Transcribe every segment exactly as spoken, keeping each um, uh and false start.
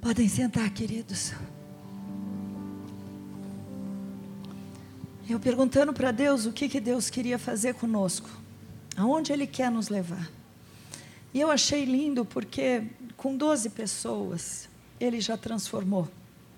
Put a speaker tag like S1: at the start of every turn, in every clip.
S1: Podem sentar, queridos. Eu perguntando para Deus o que, que Deus queria fazer conosco, aonde Ele quer nos levar. E eu achei lindo porque com doze pessoas Ele já transformou.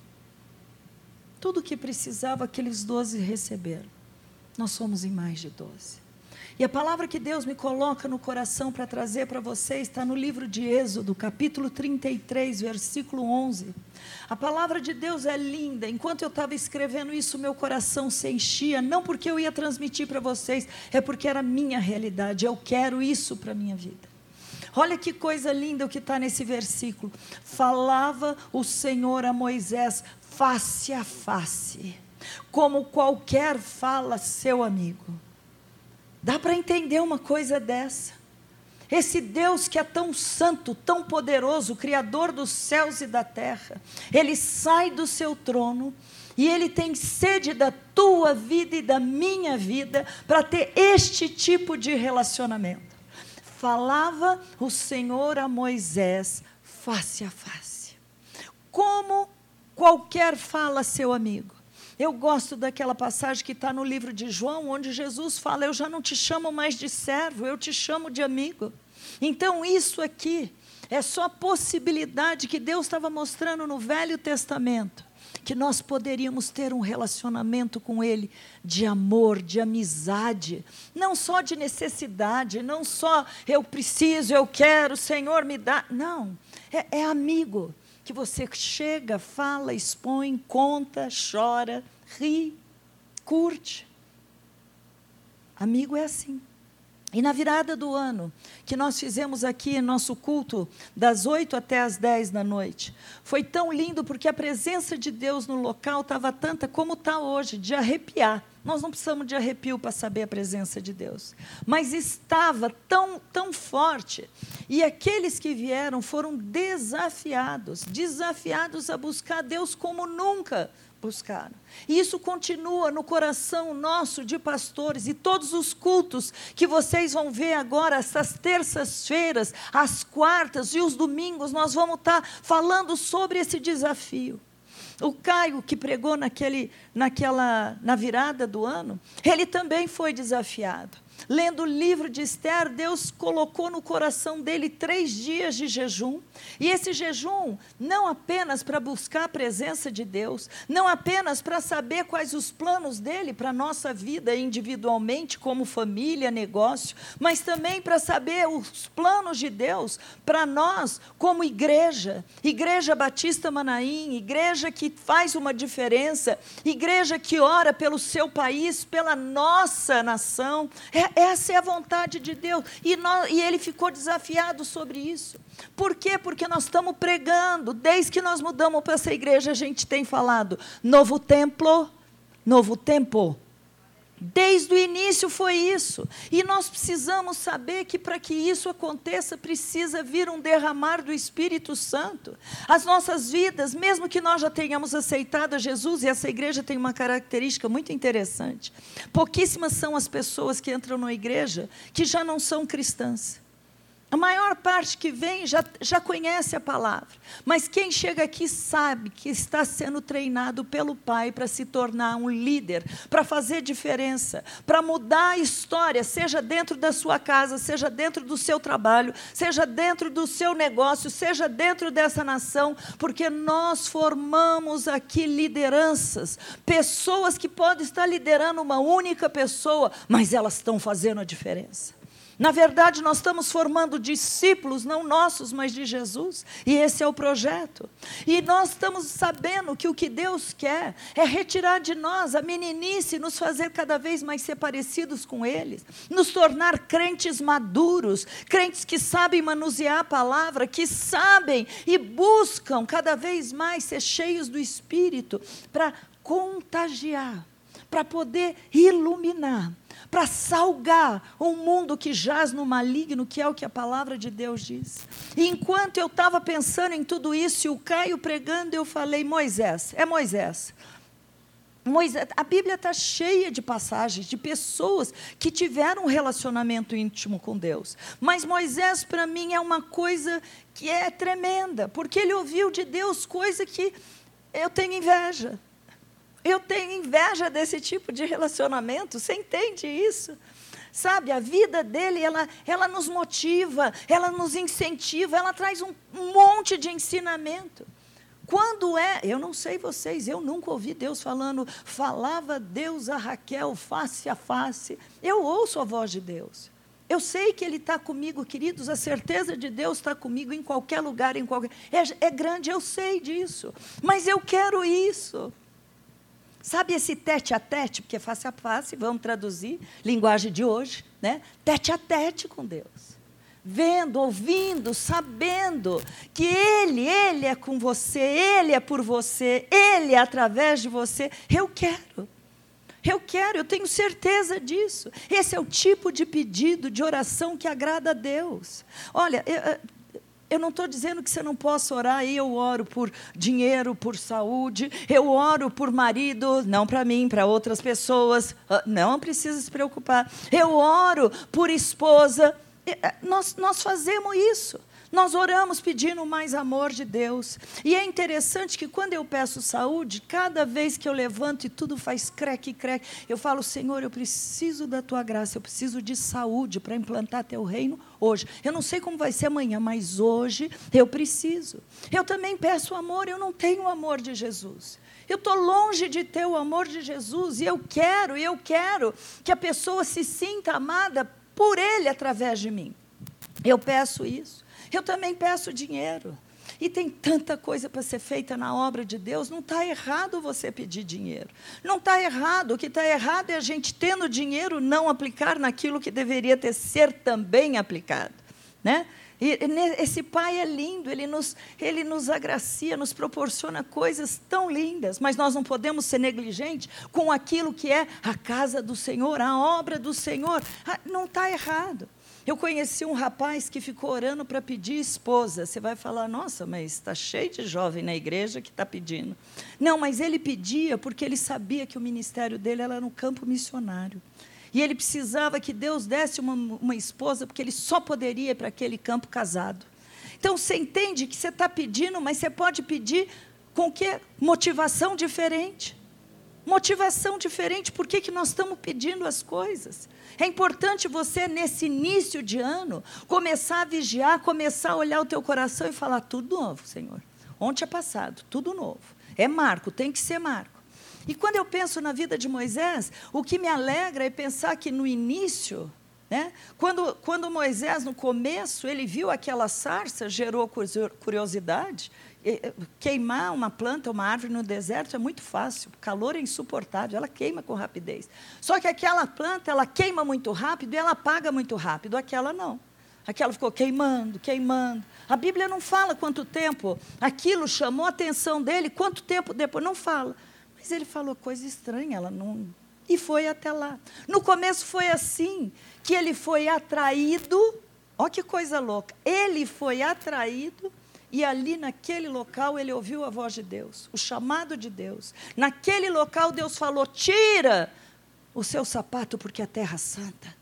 S1: Tudo o que precisava aqueles doze receberam. Nós somos em mais de doze. E a palavra que Deus me coloca no coração para trazer para vocês está no livro de Êxodo, capítulo trinta e três, versículo onze. A palavra de Deus é linda. Enquanto eu estava escrevendo isso, meu coração se enchia, não porque eu ia transmitir para vocês, é porque era a minha realidade. Eu quero isso para a minha vida. Olha que coisa linda o que está nesse versículo. Falava o Senhor a Moisés face a face, como qualquer fala seu amigo. Dá para entender uma coisa dessa? Esse Deus que é tão santo, tão poderoso, Criador dos céus e da terra, Ele sai do seu trono e Ele tem sede da tua vida e da minha vida para ter este tipo de relacionamento. Falava o Senhor a Moisés face a face, como qualquer fala seu amigo. Eu gosto daquela passagem que está no livro de João, onde Jesus fala, eu já não te chamo mais de servo, eu te chamo de amigo. Então isso aqui é só a possibilidade que Deus estava mostrando no Velho Testamento, que nós poderíamos ter um relacionamento com Ele de amor, de amizade, não só de necessidade, não só eu preciso, eu quero, Senhor me dá, não, é, é amigo. Que você chega, fala, expõe, conta, chora, ri, curte. Amigo é assim. E na virada do ano, que nós fizemos aqui nosso culto, das oito até as dez da noite, foi tão lindo porque a presença de Deus no local estava tanta como está hoje, de arrepiar. Nós não precisamos de arrepio para saber a presença de Deus. Mas estava tão, tão forte. E aqueles que vieram foram desafiados, desafiados a buscar Deus como nunca buscaram. E isso continua no coração nosso de pastores, e todos os cultos que vocês vão ver agora, essas terças-feiras, as quartas e os domingos, nós vamos estar falando sobre esse desafio. O Caio, que pregou naquele, naquela, na virada do ano, ele também foi desafiado. Lendo o livro de Esther, Deus colocou no coração dele três dias de jejum. E esse jejum, não apenas para buscar a presença de Deus, não apenas para saber quais os planos dele para a nossa vida individualmente, como família, negócio, mas também para saber os planos de Deus para nós como igreja, Igreja Batista Manaim, igreja que faz uma diferença, igreja que ora pelo seu país, pela nossa nação. É, essa é a vontade de Deus, e, nós, e ele ficou desafiado sobre isso. Por quê? Porque nós estamos pregando, desde que nós mudamos para essa igreja, a gente tem falado, novo templo, novo tempo. Desde o início foi isso, e nós precisamos saber que para que isso aconteça, precisa vir um derramar do Espírito Santo. As nossas vidas, mesmo que nós já tenhamos aceitado a Jesus, e essa igreja tem uma característica muito interessante, pouquíssimas são as pessoas que entram na igreja que já não são cristãs. A maior parte que vem já, já conhece a palavra, mas quem chega aqui sabe que está sendo treinado pelo Pai para se tornar um líder, para fazer diferença, para mudar a história, seja dentro da sua casa, seja dentro do seu trabalho, seja dentro do seu negócio, seja dentro dessa nação, porque nós formamos aqui lideranças, pessoas que podem estar liderando uma única pessoa, mas elas estão fazendo a diferença. Na verdade, nós estamos formando discípulos, não nossos, mas de Jesus. E esse é o projeto. E nós estamos sabendo que o que Deus quer é retirar de nós a meninice, nos fazer cada vez mais ser parecidos com eles, nos tornar crentes maduros, crentes que sabem manusear a palavra, que sabem e buscam cada vez mais ser cheios do Espírito para contagiar, para poder iluminar, para salgar um mundo que jaz no maligno, que é o que a palavra de Deus diz. E enquanto eu estava pensando em tudo isso, e o Caio pregando, eu falei, Moisés, é Moisés. Moisés, a Bíblia está cheia de passagens de pessoas que tiveram um relacionamento íntimo com Deus. Mas Moisés, para mim, é uma coisa que é tremenda, porque ele ouviu de Deus coisa que eu tenho inveja. Eu tenho inveja desse tipo de relacionamento, você entende isso? Sabe, a vida dele, ela, ela nos motiva, ela nos incentiva, ela traz um, um monte de ensinamento. Quando é, eu não sei vocês, eu nunca ouvi Deus falando, falava Deus a Raquel face a face. Eu ouço a voz de Deus. Eu sei que Ele está comigo, queridos, a certeza de Deus está comigo em qualquer lugar, em qualquer... É, é grande, eu sei disso, mas eu quero isso. Sabe esse tete a tete, porque é face a face, vamos traduzir, linguagem de hoje, né? Tete a tete com Deus. Vendo, ouvindo, sabendo que Ele, Ele é com você, Ele é por você, Ele é através de você. Eu quero, eu quero, eu tenho certeza disso. Esse é o tipo de pedido, de oração que agrada a Deus. Olha, eu, eu não estou dizendo que você não possa orar, eu oro por dinheiro, por saúde, eu oro por marido, não para mim, para outras pessoas, não precisa se preocupar. Eu oro por esposa. Nós, nós fazemos isso, nós oramos pedindo mais amor de Deus, e é interessante que quando eu peço saúde, cada vez que eu levanto e tudo faz creque, creque, eu falo, Senhor, eu preciso da Tua graça, eu preciso de saúde para implantar Teu reino hoje, eu não sei como vai ser amanhã, mas hoje eu preciso. Eu também peço amor, eu não tenho o amor de Jesus, eu estou longe de ter o amor de Jesus, e eu quero, eu quero que a pessoa se sinta amada por Ele, através de mim. Eu peço isso. Eu também peço dinheiro. E tem tanta coisa para ser feita na obra de Deus. Não está errado você pedir dinheiro. Não está errado. O que está errado é a gente, tendo dinheiro, não aplicar naquilo que deveria ter, ser também aplicado. Né? E esse Pai é lindo, ele nos, ele nos agracia, nos proporciona coisas tão lindas, mas nós não podemos ser negligentes com aquilo que é a casa do Senhor, a obra do Senhor. Não está errado. Eu conheci um rapaz que ficou orando para pedir esposa. Você vai falar, nossa, mas está cheio de jovem na igreja que está pedindo. Não, mas ele pedia porque ele sabia que o ministério dele era no campo missionário. E ele precisava que Deus desse uma, uma esposa, porque ele só poderia ir para aquele campo casado. Então, você entende que você está pedindo, mas você pode pedir com que? Motivação diferente. Motivação diferente, por que que nós estamos pedindo as coisas? É importante você, nesse início de ano, começar a vigiar, começar a olhar o teu coração e falar, tudo novo, Senhor. Ontem é passado, tudo novo. É marco, tem que ser marco. E quando eu penso na vida de Moisés, o que me alegra é pensar que no início, né, quando, quando Moisés, no começo, ele viu aquela sarça, gerou curiosidade. Queimar uma planta, uma árvore no deserto é muito fácil, o calor é insuportável, ela queima com rapidez. Só que aquela planta, ela queima muito rápido e ela apaga muito rápido, aquela não. Aquela ficou queimando, queimando. A Bíblia não fala quanto tempo aquilo chamou a atenção dele, quanto tempo depois, não fala. Mas ele falou coisa estranha, ela não... E foi até lá. No começo foi assim, que ele foi atraído, olha que coisa louca, ele foi atraído, e ali naquele local ele ouviu a voz de Deus, o chamado de Deus. Naquele local Deus falou, tira o seu sapato porque a terra é santa.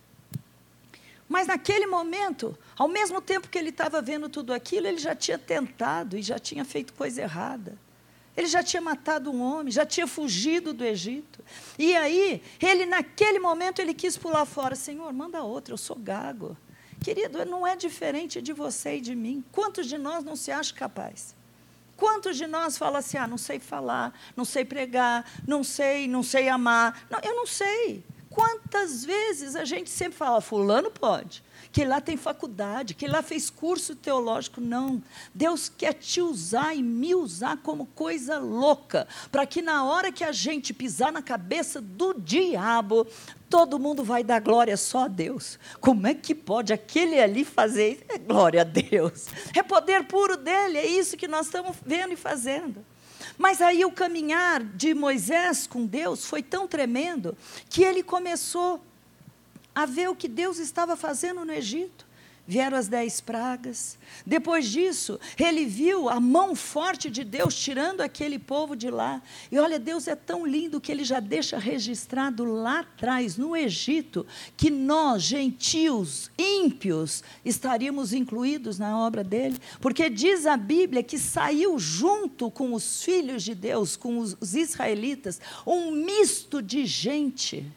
S1: Mas naquele momento, ao mesmo tempo que ele estava vendo tudo aquilo, ele já tinha tentado e já tinha feito coisa errada. Ele já tinha matado um homem, já tinha fugido do Egito. E aí, ele naquele momento, ele quis pular fora. Senhor, manda outro, eu sou gago. Querido, não é diferente de você e de mim. Quantos de nós não se acham capazes? Quantos de nós falam assim, ah, não sei falar, não sei pregar, não sei, não sei amar. Não, eu não sei. Quantas vezes a gente sempre fala, fulano pode, que lá tem faculdade, que lá fez curso teológico. Não, Deus quer te usar e me usar como coisa louca, para que na hora que a gente pisar na cabeça do diabo, todo mundo vai dar glória só a Deus. Como é que pode aquele ali fazer isso? É glória a Deus, é poder puro dele, é isso que nós estamos vendo e fazendo. Mas aí o caminhar de Moisés com Deus foi tão tremendo, que ele começou a ver o que Deus estava fazendo no Egito. vieram as dez pragas. Depois disso, ele viu a mão forte de Deus tirando aquele povo de lá. E olha, Deus é tão lindo que ele já deixa registrado lá atrás, no Egito, que nós, gentios, ímpios, estaríamos incluídos na obra dele. Porque diz a Bíblia que saiu junto com os filhos de Deus, com os, os israelitas, um misto de gente.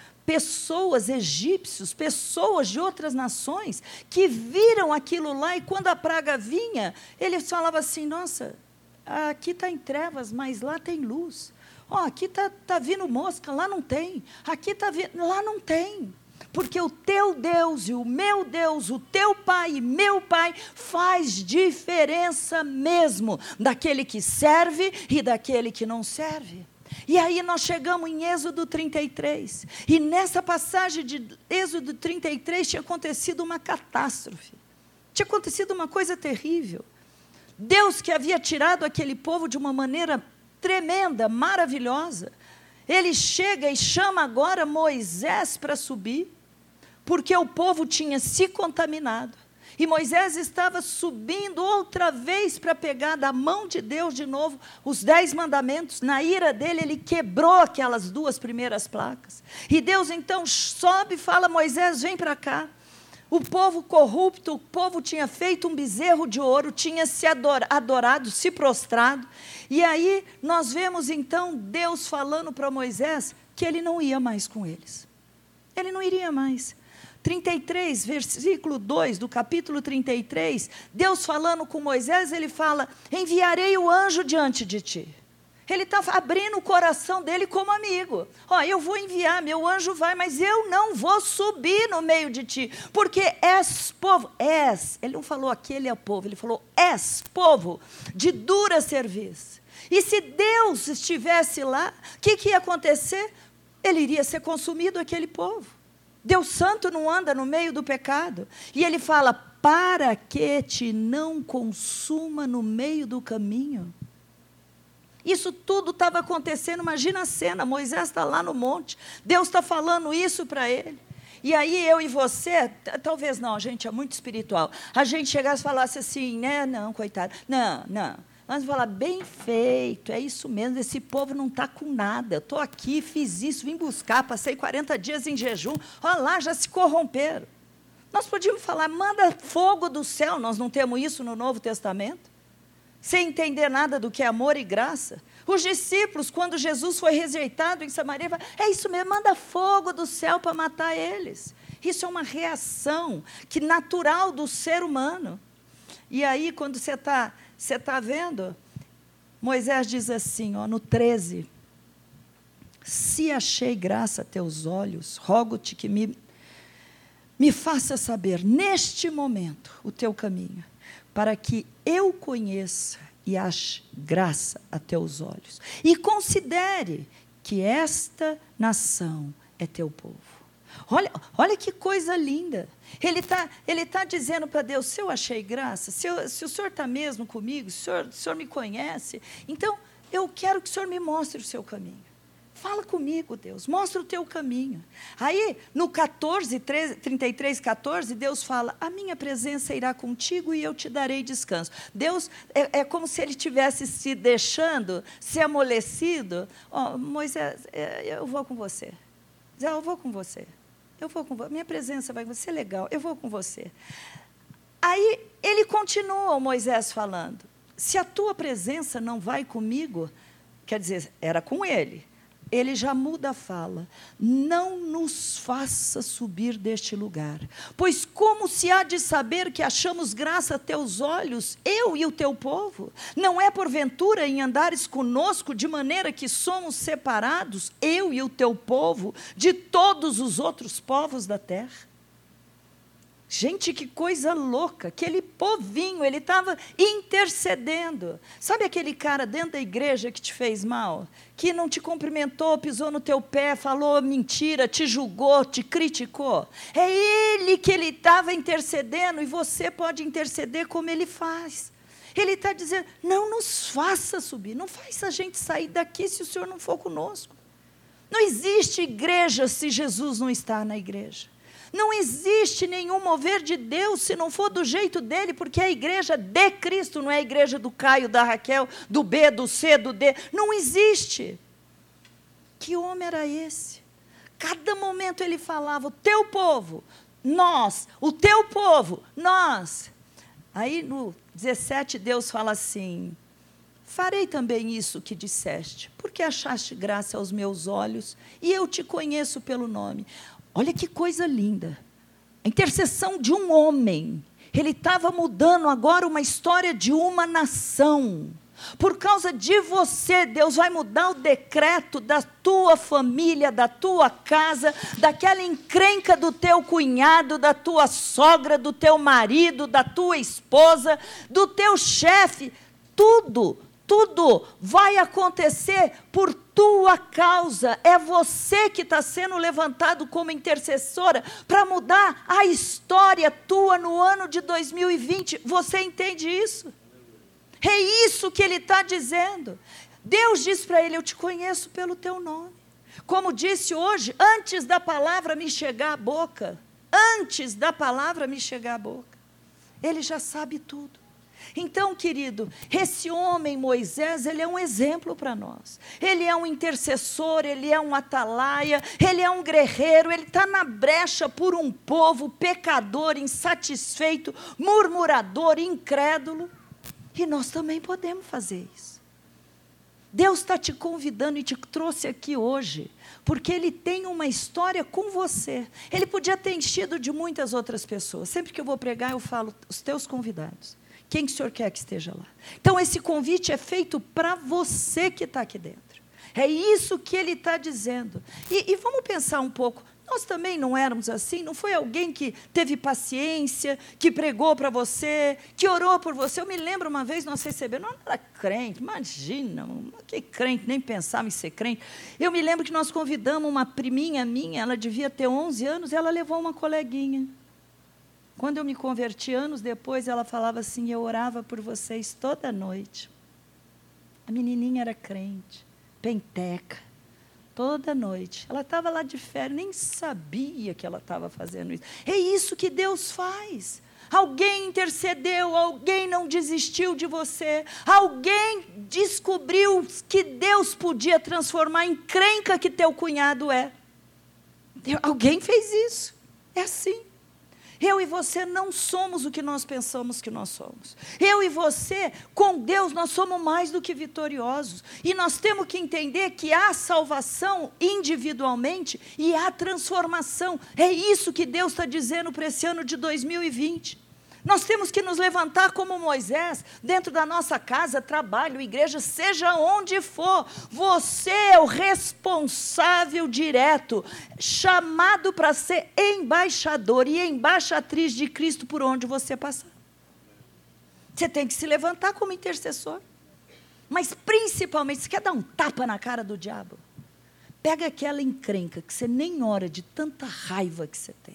S1: Pessoas egípcios, pessoas de outras nações, que viram aquilo lá, e quando a praga vinha, eles falavam assim, nossa, aqui está em trevas, mas lá tem luz. Ó, aqui está tá vindo mosca, lá não tem. Aqui está vindo, lá não tem. Porque o teu Deus e o meu Deus, o teu pai e meu pai, faz diferença mesmo, daquele que serve e daquele que não serve. E aí nós chegamos em Êxodo trinta e três, e nessa passagem de Êxodo trinta e três tinha acontecido uma catástrofe, tinha acontecido uma coisa terrível. Deus, que havia tirado aquele povo de uma maneira tremenda, maravilhosa, ele chega e chama agora Moisés para subir, porque o povo tinha se contaminado. E Moisés estava subindo outra vez para pegar da mão de Deus de novo os dez mandamentos. Na ira dele, ele quebrou aquelas duas primeiras placas. E Deus então sobe e fala, Moisés, vem para cá. O povo corrupto, o povo tinha feito um bezerro de ouro, tinha se adorado, se prostrado. E aí nós vemos então Deus falando para Moisés que ele não ia mais com eles. Ele não iria mais. trinta e três, versículo dois, do capítulo trinta e três, Deus falando com Moisés, ele fala, enviarei o anjo diante de ti. Ele está abrindo o coração dele como amigo. Ó, eu vou enviar, meu anjo vai, mas eu não vou subir no meio de ti, porque és povo, és, ele não falou aquele é o povo, ele falou, és povo de dura serviço. E se Deus estivesse lá, o que, que ia acontecer? Ele iria ser consumido, aquele povo. Deus santo não anda no meio do pecado. E ele fala, para que te não consuma no meio do caminho. Isso tudo estava acontecendo, imagina a cena, Moisés está lá no monte, Deus está falando isso para ele. E aí eu e você, talvez não, a gente é muito espiritual, a gente chegasse e falasse assim, né, não, coitado, não, não. Nós vamos falar, bem feito, é isso mesmo, esse povo não está com nada, eu estou aqui, fiz isso, vim buscar, passei quarenta dias em jejum, olha lá, já se corromperam. Nós podíamos falar, manda fogo do céu, nós não temos isso no Novo Testamento, sem entender nada do que é amor e graça. Os discípulos, quando Jesus foi rejeitado em Samaria, falaram, é isso mesmo, manda fogo do céu para matar eles. Isso é uma reação que natural do ser humano. E aí, quando você está... Você está vendo? Moisés diz assim, ó, no treze, se achei graça a teus olhos, rogo-te que me, me faça saber, neste momento, o teu caminho, para que eu conheça e ache graça a teus olhos, e considere que esta nação é teu povo. Olha, olha que coisa linda. Ele está ele tá dizendo para Deus, se eu achei graça, se, eu, se o Senhor está mesmo comigo, se o Senhor, o Senhor me conhece, então eu quero que o Senhor me mostre o seu caminho. Fala comigo, Deus, mostra o teu caminho. Aí, no catorze, trinta e três, catorze, Deus fala, a minha presença irá contigo e eu te darei descanso. Deus, é, é como se ele tivesse se deixando, se amolecido. Oh, Moisés, eu vou com você. Eu vou com você. Eu vou com você. Minha presença vai ser legal. Eu vou com você. Aí, ele continua, o Moisés falando, se a tua presença não vai comigo, quer dizer, era com ele. Ele já muda a fala, não nos faça subir deste lugar, pois como se há de saber que achamos graça a teus olhos, eu e o teu povo? Não é porventura em andares conosco, de maneira que somos separados, eu e o teu povo, de todos os outros povos da terra? Gente, que coisa louca, aquele povinho, ele estava intercedendo. Sabe aquele cara dentro da igreja que te fez mal? Que não te cumprimentou, pisou no teu pé, falou mentira, te julgou, te criticou? É ele que ele estava intercedendo, e você pode interceder como ele faz. Ele está dizendo, não nos faça subir, não faça a gente sair daqui se o Senhor não for conosco. Não existe igreja se Jesus não está na igreja. Não existe nenhum mover de Deus se não for do jeito dele, porque é a igreja de Cristo, não é a igreja do Caio, da Raquel, do B, do C, do D. Não existe. Que homem era esse? Cada momento ele falava, o teu povo, nós, o teu povo, nós. Aí no dezessete Deus fala assim, farei também isso que disseste, porque achaste graça aos meus olhos, e eu te conheço pelo nome. Olha que coisa linda. A intercessão de um homem. Ele estava mudando agora uma história de uma nação. Por causa de você, Deus vai mudar o decreto da tua família, da tua casa, daquela encrenca do teu cunhado, da tua sogra, do teu marido, da tua esposa, do teu chefe. Tudo, tudo vai acontecer por tua causa. É você que está sendo levantado como intercessora para mudar a história tua no ano de dois mil e vinte. Você entende isso? É isso que ele está dizendo. Deus diz para ele, eu te conheço pelo teu nome. Como disse hoje, antes da palavra me chegar à boca, antes da palavra me chegar à boca, ele já sabe tudo. Então, querido, esse homem Moisés, ele é um exemplo para nós. Ele é um intercessor, ele é um atalaia, ele é um guerreiro, ele está na brecha por um povo pecador, insatisfeito, murmurador, incrédulo. E nós também podemos fazer isso. Deus está te convidando e te trouxe aqui hoje, porque Ele tem uma história com você. Ele podia ter enchido de muitas outras pessoas. Sempre que eu vou pregar, eu falo, os teus convidados. Quem que o Senhor quer que esteja lá? Então, esse convite é feito para você que está aqui dentro. É isso que Ele está dizendo. E, e vamos pensar um pouco. Nós também não éramos assim? Não foi alguém que teve paciência, que pregou para você, que orou por você? Eu me lembro uma vez, nós recebemos, não era crente, imagina, que crente, nem pensava em ser crente. Eu me lembro que nós convidamos uma priminha minha, ela devia ter onze anos, e ela levou uma coleguinha. Quando eu me converti, anos depois, ela falava assim, eu orava por vocês toda noite. A menininha era crente, penteca. Toda noite. Ela estava lá de férias, nem sabia que ela estava fazendo isso. É isso que Deus faz. Alguém intercedeu, alguém não desistiu de você, alguém descobriu que Deus podia transformar em crenca que teu cunhado é. Alguém fez isso. É assim. Eu e você não somos o que nós pensamos que nós somos. Eu e você, com Deus, nós somos mais do que vitoriosos. E nós temos que entender que há salvação individualmente e há transformação. É isso que Deus está dizendo para esse ano de dois mil e vinte. Nós temos que nos levantar como Moisés, dentro da nossa casa, trabalho, igreja, seja onde for. Você é o responsável direto, chamado para ser embaixador e embaixatriz de Cristo por onde você passar. Você tem que se levantar como intercessor. Mas, principalmente, você quer dar um tapa na cara do diabo? Pega aquela encrenca que você nem ora de tanta raiva que você tem.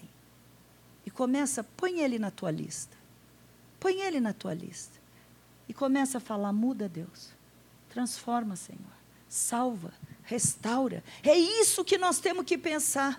S1: E começa, põe ele na tua lista. Põe ele na tua lista. E começa a falar, muda, Deus. Transforma, Senhor. Salva, restaura. É isso que nós temos que pensar.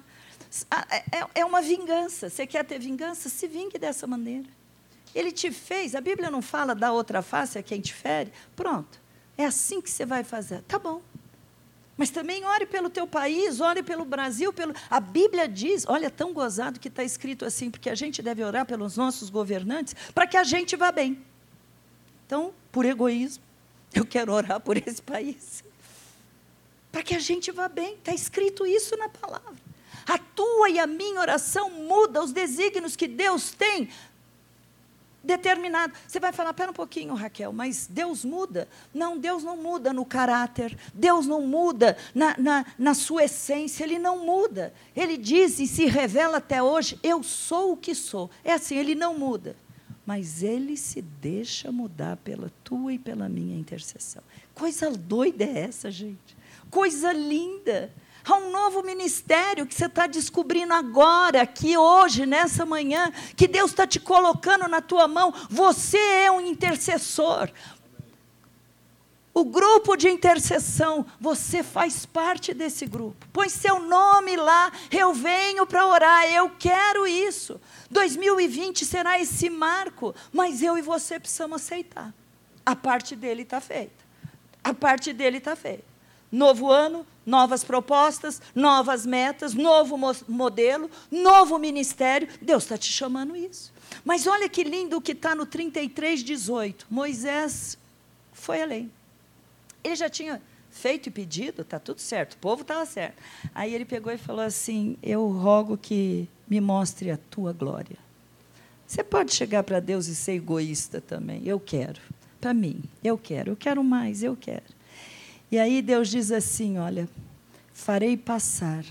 S1: É uma vingança. Você quer ter vingança? Se vingue dessa maneira. Ele te fez, a Bíblia não fala da outra face a quem te fere. Pronto. É assim que você vai fazer. Tá bom. Mas também ore pelo teu país, ore pelo Brasil. Pelo... A Bíblia diz, olha, tão gozado que está escrito assim, porque a gente deve orar pelos nossos governantes para que a gente vá bem. Então, por egoísmo, eu quero orar por esse país. Para que a gente vá bem. Está escrito isso na palavra. A tua e a minha oração muda os desígnios que Deus tem determinado. Você vai falar, espera um pouquinho, Raquel, mas Deus muda? Não, Deus não muda no caráter, Deus não muda na, na, na sua essência, Ele não muda. Ele diz e se revela até hoje, eu sou o que sou. É assim, Ele não muda. Mas Ele se deixa mudar pela tua e pela minha intercessão. Coisa doida é essa, gente? Coisa linda. Há um novo ministério que você está descobrindo agora, aqui hoje, nessa manhã, que Deus está te colocando na tua mão. Você é um intercessor. O grupo de intercessão, você faz parte desse grupo. Põe seu nome lá, eu venho para orar, eu quero isso. dois mil e vinte será esse marco, mas eu e você precisamos aceitar. A parte dele está feita. A parte dele está feita. Novo ano, novas propostas, novas metas, novo mo- modelo, novo ministério. Deus está te chamando isso. Mas olha que lindo o que está no trinta e três, dezoito. Moisés foi além. Ele já tinha feito e pedido, está tudo certo, o povo estava certo. Aí ele pegou e falou assim, eu rogo que me mostre a tua glória. Você pode chegar para Deus e ser egoísta também. Eu quero, para mim, eu quero, eu quero mais, eu quero. E aí Deus diz assim, olha, farei passar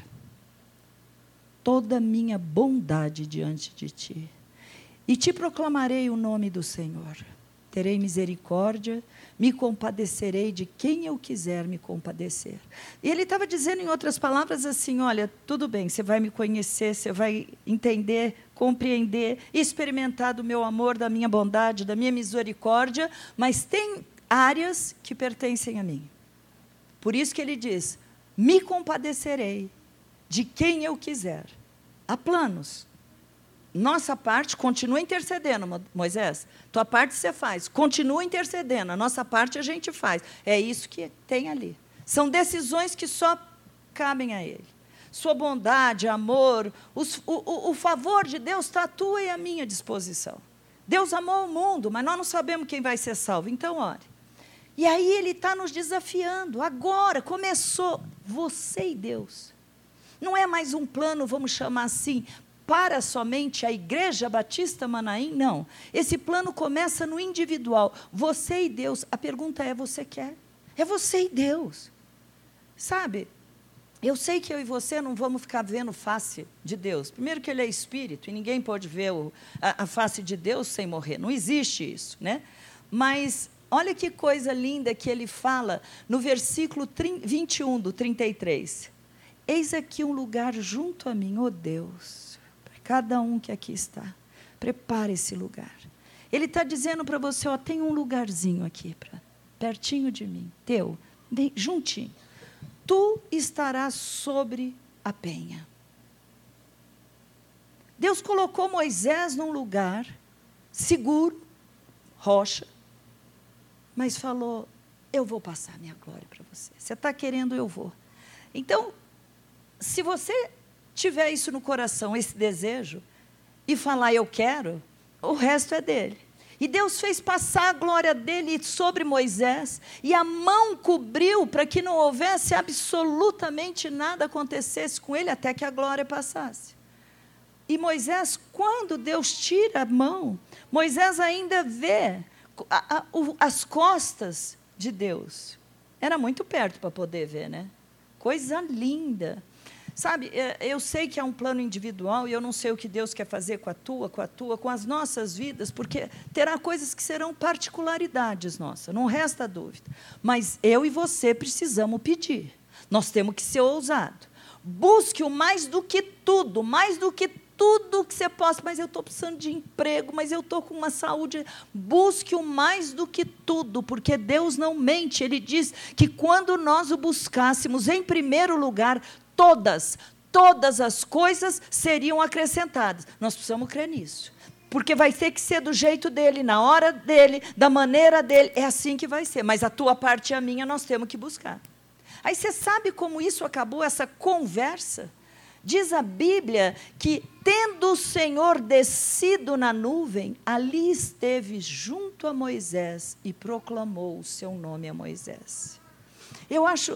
S1: toda a minha bondade diante de ti, e te proclamarei o nome do Senhor. Terei misericórdia, me compadecerei de quem eu quiser me compadecer. E ele estava dizendo, em outras palavras, assim, olha, tudo bem, você vai me conhecer, você vai entender, compreender, experimentar do meu amor, da minha bondade, da minha misericórdia, mas tem áreas que pertencem a mim. Por isso que ele diz, me compadecerei de quem eu quiser. Há planos. Nossa parte, continua intercedendo, Moisés. Tua parte você faz. Continua intercedendo. A nossa parte a gente faz. É isso que tem ali. São decisões que só cabem a Ele. Sua bondade, amor, os, o, o, o favor de Deus está à tua e à minha disposição. Deus amou o mundo, mas nós não sabemos quem vai ser salvo. Então, ore. E aí Ele está nos desafiando. Agora, começou você e Deus. Não é mais um plano, vamos chamar assim, para somente a Igreja Batista Manaim, não. Esse plano começa no individual. Você e Deus. A pergunta é, você quer? É você e Deus. Sabe, eu sei que eu e você não vamos ficar vendo face de Deus. Primeiro que Ele é Espírito, e ninguém pode ver o, a, a face de Deus sem morrer. Não existe isso, né? Mas olha que coisa linda que Ele fala no versículo vinte e um do trinta e três. Eis aqui um lugar junto a mim, ó Deus. Cada um que aqui está, prepare esse lugar. Ele está dizendo para você, ó, tem um lugarzinho aqui, pra, pertinho de mim, teu, bem, juntinho. Tu estarás sobre a penha. Deus colocou Moisés num lugar seguro, rocha, mas falou, eu vou passar minha glória para você. Você está querendo, eu vou. Então, se você tiver isso no coração, esse desejo, e falar eu quero, o resto é dele. E Deus fez passar a glória dele sobre Moisés, e a mão cobriu para que não houvesse absolutamente nada acontecesse com ele, até que a glória passasse. E Moisés, quando Deus tira a mão, Moisés ainda vê a, a, o, as costas de Deus. Era muito perto para poder ver, né? Coisa linda. Sabe, eu sei que é um plano individual e eu não sei o que Deus quer fazer com a tua, com a tua, com as nossas vidas, porque terá coisas que serão particularidades nossas, não resta dúvida. Mas eu e você precisamos pedir. Nós temos que ser ousados. Busque o mais do que tudo, mais do que tudo que você possa. Mas eu estou precisando de emprego, mas eu estou com uma saúde. Busque o mais do que tudo, porque Deus não mente. Ele diz que quando nós o buscássemos em primeiro lugar, todas, todas as coisas seriam acrescentadas. Nós precisamos crer nisso. Porque vai ter que ser do jeito dele, na hora dele, da maneira dele. É assim que vai ser. Mas a tua parte e a minha nós temos que buscar. Aí você sabe como isso acabou, essa conversa? Diz a Bíblia que, tendo o Senhor descido na nuvem, ali esteve junto a Moisés e proclamou o seu nome a Moisés. Eu acho...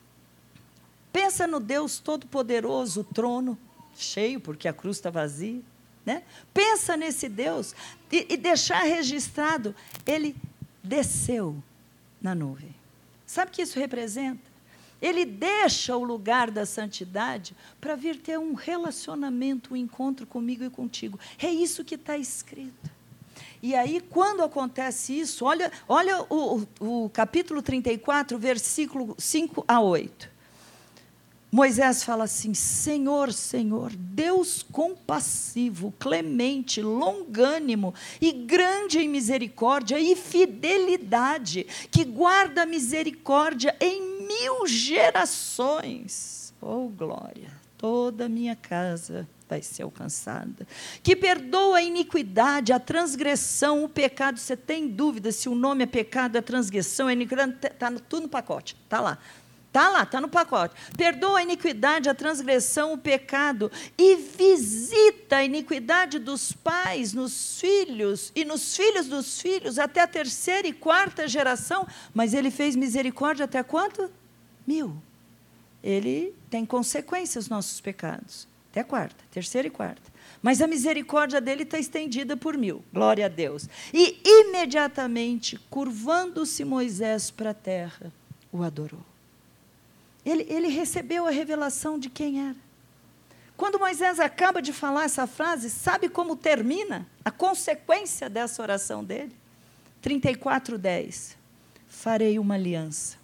S1: Pensa no Deus Todo-Poderoso, o trono cheio, porque a cruz está vazia. Né? Pensa nesse Deus e, e deixar registrado, Ele desceu na nuvem. Sabe o que isso representa? Ele deixa o lugar da santidade para vir ter um relacionamento, um encontro comigo e contigo. É isso que está escrito. E aí, quando acontece isso, olha, olha o, o, o capítulo trinta e quatro, versículo cinco a oito. Moisés fala assim: Senhor, Senhor, Deus compassivo, clemente, longânimo e grande em misericórdia e fidelidade, que guarda a misericórdia em mil gerações. Oh, glória! Toda a minha casa vai ser alcançada. Que perdoa a iniquidade, a transgressão, o pecado. Você tem dúvida se o nome é pecado, é transgressão, é iniquidade? Está tudo no pacote, está lá. Está lá, está no pacote. Perdoa a iniquidade, a transgressão, o pecado, e visita a iniquidade dos pais nos filhos, e nos filhos dos filhos, até a terceira e quarta geração. Mas ele fez misericórdia até quanto? Mil. Ele tem consequências, os nossos pecados. Até a quarta, terceira e quarta. Mas a misericórdia dele está estendida por mil. Glória a Deus. E imediatamente, curvando-se Moisés para a terra, o adorou. Ele, ele recebeu a revelação de quem era. Quando Moisés acaba de falar essa frase, sabe como termina a consequência dessa oração dele? trinta e quatro, dez. Farei uma aliança.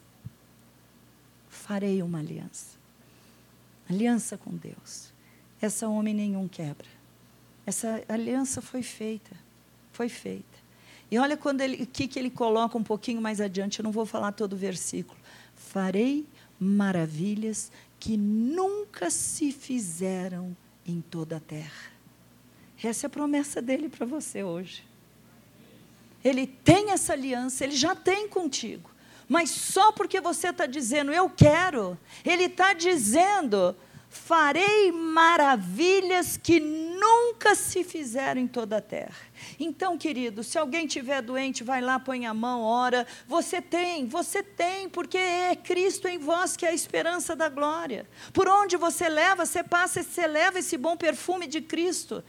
S1: Farei uma aliança. Aliança com Deus. Essa homem nenhum quebra. Essa aliança foi feita. Foi feita. E olha quando ele, o que, que ele coloca um pouquinho mais adiante, eu não vou falar todo o versículo. Farei maravilhas que nunca se fizeram em toda a terra. Essa é a promessa dele para você hoje. Ele tem essa aliança, ele já tem contigo. Mas só porque você está dizendo, eu quero, ele está dizendo, farei maravilhas que nunca se fizeram em toda a terra. Então, querido, se alguém estiver doente, vai lá, põe a mão, ora. Você tem, você tem, porque é Cristo em vós que é a esperança da glória. Por onde você leva, você passa, você leva esse bom perfume de Cristo.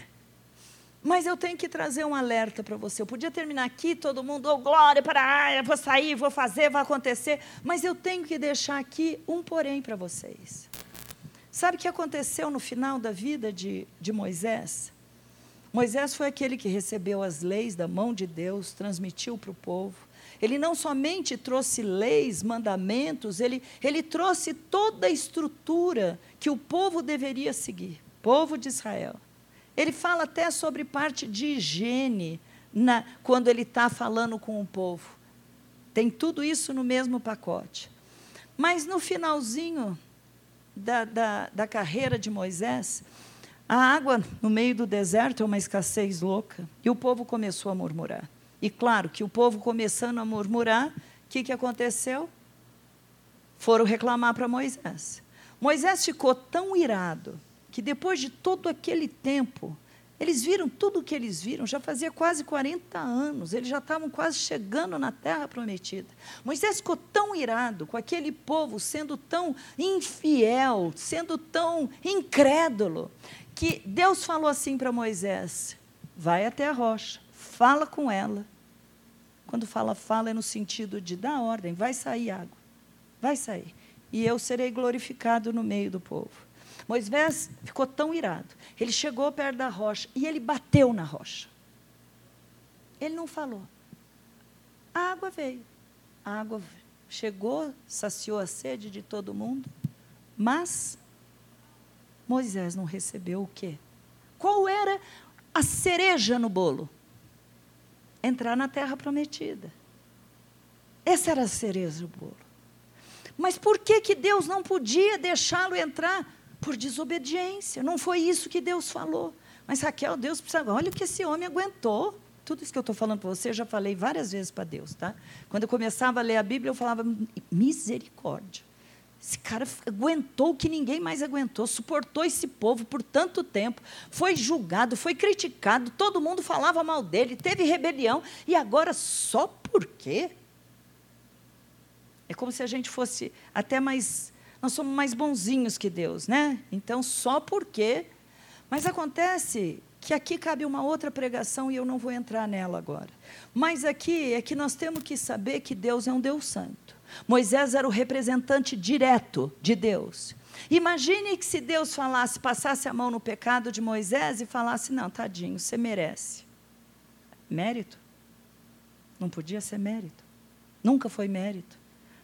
S1: Mas eu tenho que trazer um alerta para você. Eu podia terminar aqui, todo mundo, oh, glória, para, ah, eu vou sair, vou fazer, vai acontecer. Mas eu tenho que deixar aqui um porém para vocês. Sabe o que aconteceu no final da vida de, de Moisés? Moisés foi aquele que recebeu as leis da mão de Deus, transmitiu para o povo. Ele não somente trouxe leis, mandamentos, ele, ele trouxe toda a estrutura que o povo deveria seguir, povo de Israel. Ele fala até sobre parte de higiene, na, quando ele está falando com o povo. Tem tudo isso no mesmo pacote. Mas no finalzinho da, da, da carreira de Moisés, a água no meio do deserto é uma escassez louca, e o povo começou a murmurar. E claro que o povo começando a murmurar, o que, que aconteceu? Foram reclamar para Moisés. Moisés ficou tão irado, que depois de todo aquele tempo, eles viram tudo o que eles viram, já fazia quase quarenta anos, eles já estavam quase chegando na terra prometida. Moisés ficou tão irado com aquele povo sendo tão infiel, sendo tão incrédulo, que Deus falou assim para Moisés, vai até a rocha, fala com ela. Quando fala, fala é no sentido de dar ordem, vai sair água, vai sair, e eu serei glorificado no meio do povo. Moisés ficou tão irado, ele chegou perto da rocha, e ele bateu na rocha. Ele não falou. A água veio, a água chegou, saciou a sede de todo mundo, mas Moisés não recebeu o quê? Qual era a cereja no bolo? Entrar na terra prometida. Essa era a cereja do bolo. Mas por que, que Deus não podia deixá-lo entrar? Por desobediência. Não foi isso que Deus falou. Mas Raquel, Deus precisa... Olha o que esse homem aguentou. Tudo isso que eu estou falando para você, eu já falei várias vezes para Deus. Tá? Quando eu começava a ler a Bíblia, eu falava, misericórdia. Esse cara aguentou o que ninguém mais aguentou, suportou esse povo por tanto tempo, foi julgado, foi criticado, todo mundo falava mal dele, teve rebelião, e agora só por quê? É como se a gente fosse até mais... Nós somos mais bonzinhos que Deus, né? Então, só por quê? Mas acontece que aqui cabe uma outra pregação, e eu não vou entrar nela agora. Mas aqui é que nós temos que saber que Deus é um Deus santo. Moisés era o representante direto de Deus. Imagine que se Deus falasse, passasse a mão no pecado de Moisés e falasse, não, tadinho, você merece. Mérito? Não podia ser mérito. Nunca foi mérito.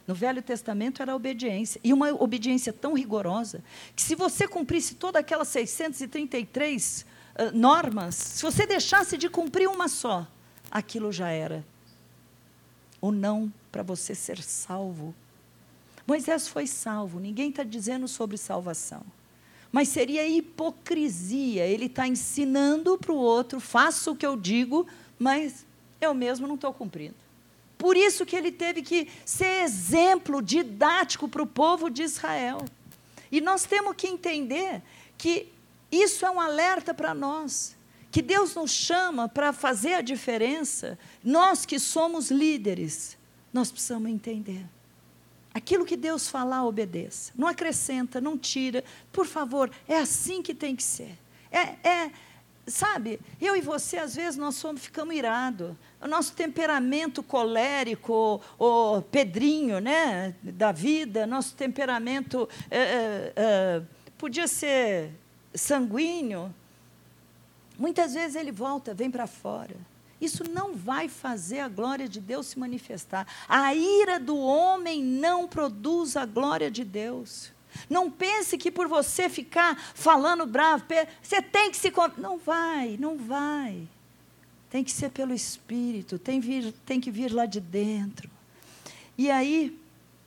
S1: No Velho Testamento era a obediência, e uma obediência tão rigorosa, que se você cumprisse todas aquelas seiscentas e trinta e três uh, normas, se você deixasse de cumprir uma só, aquilo já era o não para você ser salvo. Moisés foi salvo, ninguém está dizendo sobre salvação, mas seria hipocrisia, ele está ensinando para o outro, faça o que eu digo, mas eu mesmo não estou cumprindo. Por isso que ele teve que ser exemplo didático para o povo de Israel. E nós temos que entender que isso é um alerta para nós, que Deus nos chama para fazer a diferença. Nós que somos líderes, nós precisamos entender. Aquilo que Deus falar, obedeça. Não acrescenta, não tira. Por favor, é assim que tem que ser. É... é Sabe, eu e você, às vezes, nós somos, ficamos irados. O nosso temperamento colérico, o Pedrinho, né, da vida, nosso temperamento é, é, é, podia ser sanguíneo. Muitas vezes ele volta, vem para fora. Isso não vai fazer a glória de Deus se manifestar. A ira do homem não produz a glória de Deus. Não pense que por você ficar falando bravo, você tem que se... Não vai, não vai. Tem que ser pelo Espírito, tem, vir, tem que vir lá de dentro. E aí,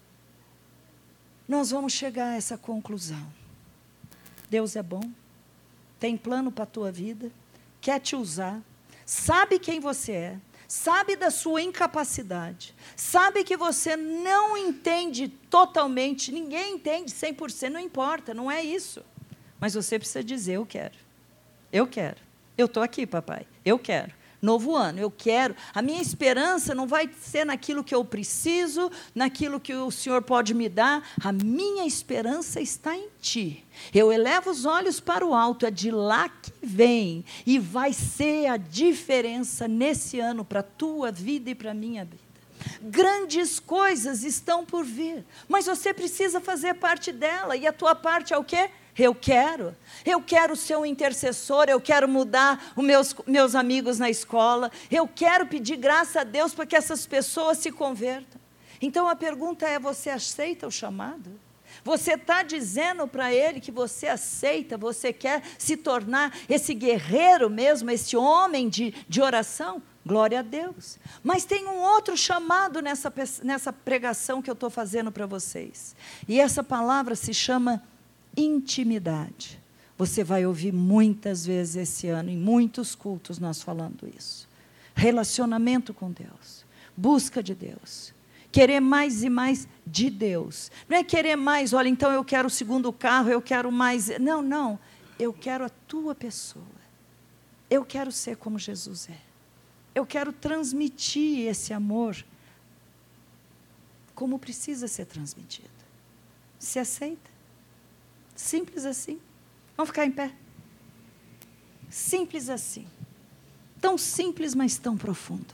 S1: nós vamos chegar a essa conclusão. Deus é bom, tem plano para a tua vida, quer te usar, sabe quem você é, sabe da sua incapacidade, sabe que você não entende totalmente, ninguém entende cem por cento, não importa, não é isso. Mas você precisa dizer, eu quero, eu quero, eu estou aqui, papai, eu quero. Novo ano, eu quero, a minha esperança não vai ser naquilo que eu preciso, naquilo que o Senhor pode me dar, a minha esperança está em Ti. Eu elevo os olhos para o alto, é de lá que vem, e vai ser a diferença nesse ano para a tua vida e para a minha vida. Grandes coisas estão por vir, mas você precisa fazer parte dela, e a tua parte é o quê? Eu quero, eu quero ser um intercessor, eu quero mudar os meus, meus amigos na escola, eu quero pedir graça a Deus para que essas pessoas se convertam. Então a pergunta é, você aceita o chamado? Você está dizendo para Ele que você aceita, você quer se tornar esse guerreiro mesmo, esse homem de, de oração? Glória a Deus. Mas tem um outro chamado nessa, nessa pregação que eu estou fazendo para vocês. E essa palavra se chama intimidade. Você vai ouvir muitas vezes esse ano, em muitos cultos nós falando isso. Relacionamento com Deus, busca de Deus, querer mais e mais de Deus. Não é querer mais, olha, então eu quero o segundo carro, eu quero mais. Não, não, eu quero a tua pessoa. Eu quero ser como Jesus é. Eu quero transmitir esse amor como precisa ser transmitido. Se aceita? Simples assim. Vamos ficar em pé. Simples assim. Tão simples, mas tão profundo.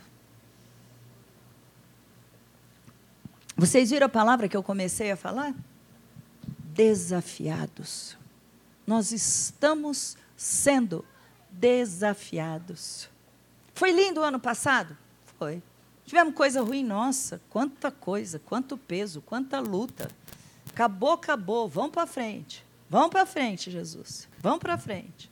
S1: Vocês viram a palavra que eu comecei a falar? Desafiados. Nós estamos sendo desafiados. Foi lindo o ano passado? Foi. Tivemos coisa ruim, nossa, quanta coisa, quanto peso, quanta luta. Acabou, acabou, vamos para frente. Vamos para frente, Jesus. Vamos para frente.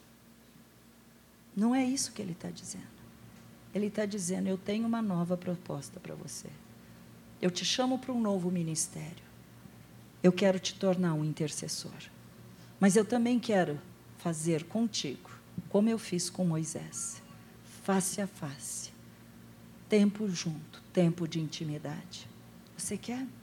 S1: Não é isso que Ele está dizendo. Ele está dizendo, eu tenho uma nova proposta para você. Eu te chamo para um novo ministério. Eu quero te tornar um intercessor. Mas eu também quero fazer contigo, como eu fiz com Moisés. Face a face. Tempo junto, tempo de intimidade. Você quer?